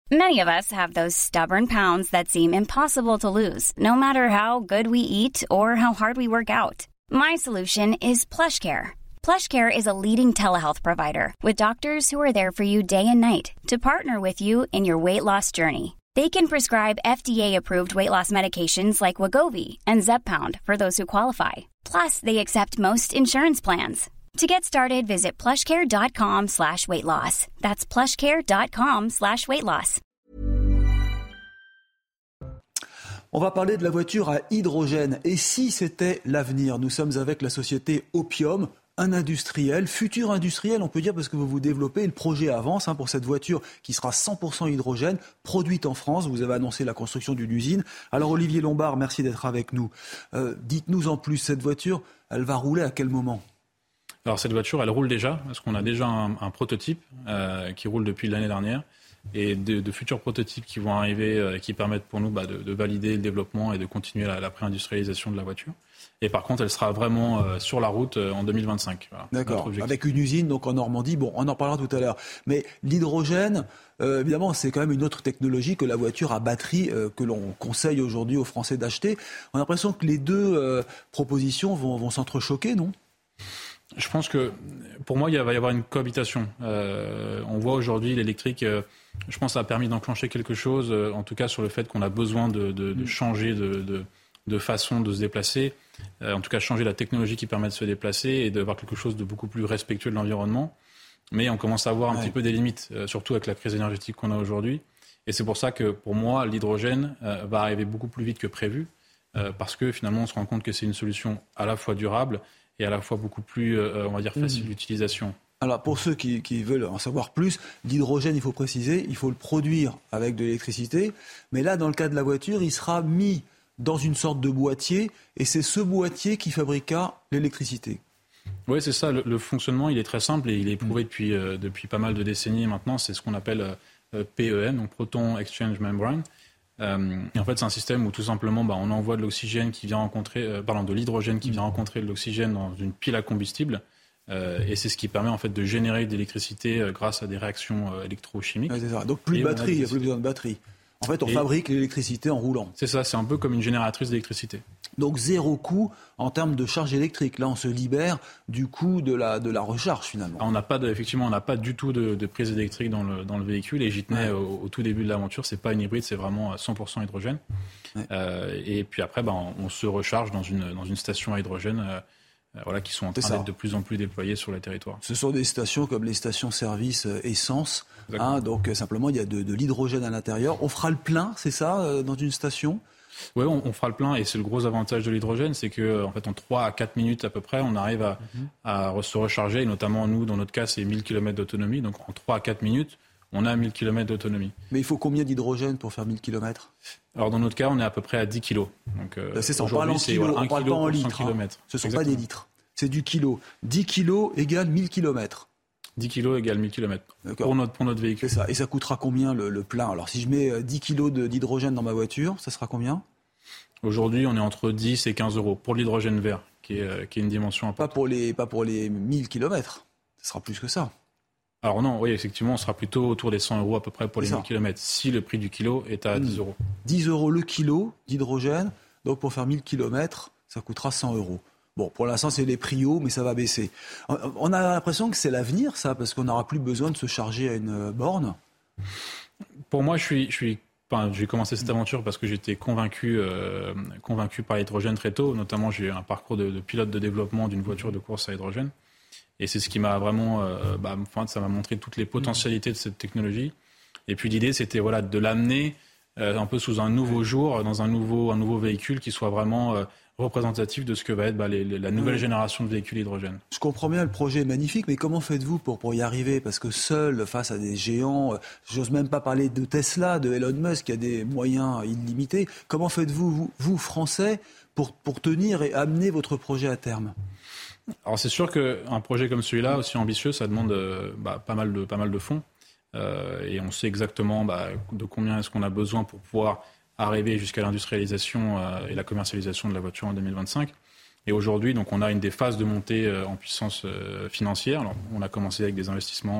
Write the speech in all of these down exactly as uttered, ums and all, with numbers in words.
Many of us have those stubborn pounds that seem impossible to lose, no matter how good we eat or how hard we work out. My solution is PlushCare. PlushCare is a leading telehealth provider with doctors who are there for you day and night to partner with you in your weight loss journey. They can prescribe F D A-approved weight loss medications like Wegovy and Zepbound for those who qualify. Plus, they accept most insurance plans. To get started, visit plushcare.com slash weight loss. That's plushcare.com slash weight loss. On va parler de la voiture à hydrogène. Et si c'était l'avenir? Nous sommes avec la société Opium, un industriel, futur industriel, on peut dire, parce que vous vous développez, le projet avance hein, pour cette voiture qui sera cent pour cent hydrogène, produite en France. Vous avez annoncé la construction d'une usine. Alors Olivier Lombard, merci d'être avec nous. Euh, dites-nous en plus, cette voiture, elle va rouler à quel moment? Alors cette voiture, elle roule déjà, parce qu'on a déjà un, un prototype euh, qui roule depuis l'année dernière, et de, de futurs prototypes qui vont arriver, euh, qui permettent pour nous bah, de, de valider le développement et de continuer la, la pré-industrialisation de la voiture. Et par contre, elle sera vraiment euh, sur la route euh, en deux mille vingt-cinq. Voilà, d'accord, avec une usine donc en Normandie, bon, on en parlera tout à l'heure. Mais l'hydrogène, euh, évidemment, c'est quand même une autre technologie que la voiture à batterie euh, que l'on conseille aujourd'hui aux Français d'acheter. On a l'impression que les deux euh, propositions vont, vont s'entrechoquer, non ? Je pense que, pour moi, il va y avoir une cohabitation. Euh, on voit aujourd'hui l'électrique, euh, je pense que ça a permis d'enclencher quelque chose, euh, en tout cas sur le fait qu'on a besoin de, de, de changer de, de, de façon de se déplacer, euh, en tout cas changer la technologie qui permet de se déplacer et d'avoir quelque chose de beaucoup plus respectueux de l'environnement. Mais on commence à avoir un ouais. petit peu des limites, euh, surtout avec la crise énergétique qu'on a aujourd'hui. Et c'est pour ça que, pour moi, l'hydrogène euh, va arriver beaucoup plus vite que prévu, euh, parce que finalement, on se rend compte que c'est une solution à la fois durable et à la fois beaucoup plus, euh, on va dire, facile mmh. d'utilisation. Alors, pour ceux qui, qui veulent en savoir plus, l'hydrogène, il faut préciser, il faut le produire avec de l'électricité. Mais là, dans le cas de la voiture, il sera mis dans une sorte de boîtier, et c'est ce boîtier qui fabriquera l'électricité. Oui, c'est ça. Le, le fonctionnement, il est très simple et il est prouvé mmh. depuis, euh, depuis pas mal de décennies maintenant. C'est ce qu'on appelle euh, P E M, donc Proton Exchange Membrane. Euh, et en fait, c'est un système où tout simplement, bah, on envoie de l'oxygène qui vient rencontrer, euh, pardon, de l'hydrogène qui vient rencontrer de l'oxygène dans une pile à combustible, euh, et c'est ce qui permet en fait de générer de l'électricité euh, grâce à des réactions euh, électrochimiques. Ouais, c'est ça. Donc plus de batterie, il n'y a plus besoin de batterie. En fait, on et fabrique l'électricité en roulant. C'est ça, c'est un peu comme une génératrice d'électricité. Donc zéro coût en termes de charge électrique. Là, on se libère du coût de la, de la recharge finalement. On n'a pas de, effectivement, on n'a pas du tout de, de prise électrique dans le, dans le véhicule. Et j'y tenais ouais. au, au tout début de l'aventure. C'est pas une hybride, c'est vraiment cent pour cent hydrogène. Ouais. Euh, et puis après, ben, on, on se recharge dans une, dans une station à hydrogène. Euh, Voilà, qui sont en train d'être de plus en plus déployés sur le territoire. Ce sont des stations comme les stations-service euh, essence. Hein, donc euh, simplement, il y a de, de l'hydrogène à l'intérieur. On fera le plein, c'est ça, euh, dans une station ? Oui, on, on fera le plein. Et c'est le gros avantage de l'hydrogène, c'est que en fait, en trois à quatre minutes à peu près, on arrive à, mm-hmm. à se recharger. Et notamment, nous, dans notre cas, c'est mille kilomètres d'autonomie. Donc en trois à quatre minutes, on a mille kilomètres d'autonomie. Mais il faut combien d'hydrogène pour faire mille kilomètres ? Alors dans notre cas, on est à peu près à dix kilos. Donc, euh, c'est ça, on parle en kilos, voilà, on parle pas en litres. Hein. Ce ne sont Exactement. Pas des litres. C'est du kilo. dix kilos égale mille kilomètres. dix kilos égale mille kilomètres pour notre, pour notre véhicule. C'est ça. Et ça coûtera combien le, le plein ? Alors si je mets dix kilos de, d'hydrogène dans ma voiture, ça sera combien ? Aujourd'hui, on est entre dix et quinze euros pour l'hydrogène vert, qui est, qui est une dimension importante. Pas pour les, pas pour les mille kilomètres. Ça sera plus que ça. Alors non, oui, effectivement, on sera plutôt autour des cent euros à peu près pour les mille kilomètres, si le prix du kilo est à mmh. dix euros. dix euros le kilo d'hydrogène. Donc pour faire mille kilomètres, ça coûtera cent euros. Bon, pour l'instant, c'est les prix hauts, mais ça va baisser. On a l'impression que c'est l'avenir, ça, parce qu'on n'aura plus besoin de se charger à une borne. Pour moi, je suis, je suis, enfin, j'ai commencé cette aventure parce que j'étais convaincu, euh, convaincu par l'hydrogène très tôt. Notamment, j'ai eu un parcours de, de pilote de développement d'une voiture de course à hydrogène. Et c'est ce qui m'a vraiment, euh, bah, enfin, ça m'a montré toutes les potentialités de cette technologie. Et puis l'idée, c'était voilà, de l'amener euh, un peu sous un nouveau jour, dans un nouveau, un nouveau véhicule qui soit vraiment euh, représentatif de ce que va être bah, les, les, la nouvelle oui. génération de véhicules hydrogène. Je comprends bien, le projet est magnifique, mais comment faites-vous pour, pour y arriver ? Parce que seul, face à des géants, euh, j'ose même pas parler de Tesla, de Elon Musk, qui a des moyens illimités. Comment faites-vous, vous, vous Français, pour, pour tenir et amener votre projet à terme ? Alors c'est sûr qu'un projet comme celui-là, aussi ambitieux, ça demande euh, bah, pas, mal de, pas mal de fonds. Euh, et on sait exactement bah, de combien est-ce qu'on a besoin pour pouvoir arriver jusqu'à l'industrialisation euh, et la commercialisation de la voiture en deux mille vingt-cinq. Et aujourd'hui, donc, on a une des phases de montée euh, en puissance euh, financière. Alors, on a commencé avec des investissements euh,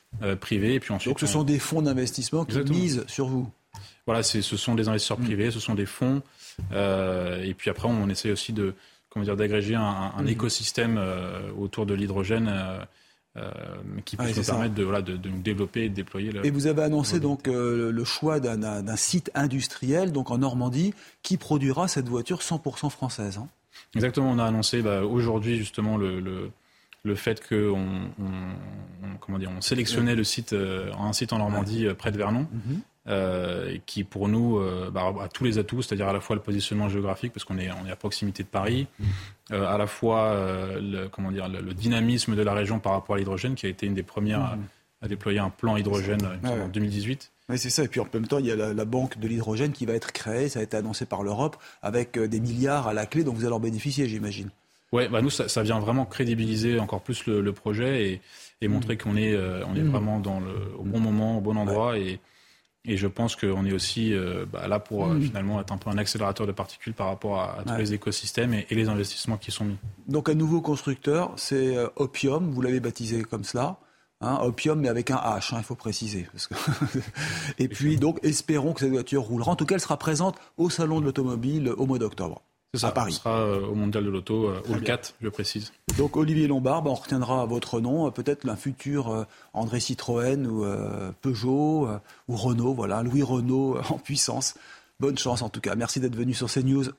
euh, privés. Et puis ensuite, donc ce on... sont des fonds d'investissement qui Exactement. misent sur vous. Voilà, c'est, ce sont des investisseurs mmh. privés, ce sont des fonds. Euh, et puis après, on essaie aussi de, comment dire, d'agréger un, un mmh. écosystème euh, autour de l'hydrogène euh, euh, qui puisse ah, nous permettre de, voilà, de, de nous développer et de déployer. Le, et vous avez annoncé donc euh, le choix d'un, d'un site industriel, donc en Normandie, qui produira cette voiture cent pour cent française. Hein. Exactement, on a annoncé bah, aujourd'hui justement le, le, le fait qu'on on, on, comment dire, on sélectionnait ouais. le site, euh, un site en Normandie ouais. près de Vernon. Mmh. Euh, qui pour nous euh, bah, a tous les atouts, c'est-à-dire à la fois le positionnement géographique parce qu'on est, on est à proximité de Paris, mmh. euh, à la fois euh, le, comment dire, le, le dynamisme de la région par rapport à l'hydrogène qui a été une des premières mmh. à, à déployer un plan hydrogène ah ouais. en deux mille dix-huit. Oui, c'est ça. Et puis en même temps, il y a la, la banque de l'hydrogène qui va être créée, ça a été annoncé par l'Europe, avec euh, des milliards à la clé, donc vous allez en bénéficier, j'imagine. Oui, bah nous, ça, ça vient vraiment crédibiliser encore plus le, le projet et, et montrer mmh. qu'on est, euh, on est mmh. vraiment dans le, au bon moment, au bon endroit. Ouais. Et, Et je pense qu'on est aussi euh, bah, là pour euh, mmh. finalement être un peu un accélérateur de particules par rapport à, à tous ouais. les écosystèmes et, et les investissements qui sont mis. Donc un nouveau constructeur, c'est euh, Opium, vous l'avez baptisé comme cela. Hein, Opium, mais avec un H, hein, il faut préciser. Parce que et puis donc espérons que cette voiture roulera. En tout cas, elle sera présente au Salon de l'Automobile au mois d'octobre. C'est ça, à Paris. On sera euh, au Mondial de l'Auto, euh, Hall quatre, je précise. Donc Olivier Lombard, bah, on retiendra votre nom, euh, peut-être un futur euh, André Citroën ou euh, Peugeot euh, ou Renault, voilà, Louis Renault euh, en puissance. Bonne chance en tout cas. Merci d'être venu sur CNews.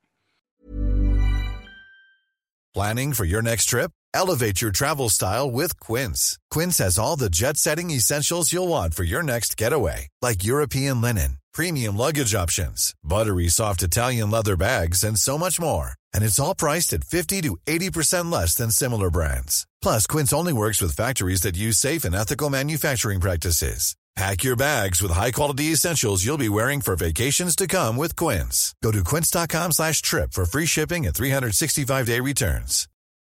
Planning for your next trip? Elevate your travel style with Quince. Quince has all the jet-setting essentials you'll want for your next getaway, like European linen, premium luggage options, buttery soft Italian leather bags, and so much more. And it's all priced at fifty to eighty percent less than similar brands. Plus, Quince only works with factories that use safe and ethical manufacturing practices. Pack your bags with high-quality essentials you'll be wearing for vacations to come with Quince. Go to quince.com slash trip for free shipping and three sixty-five day returns.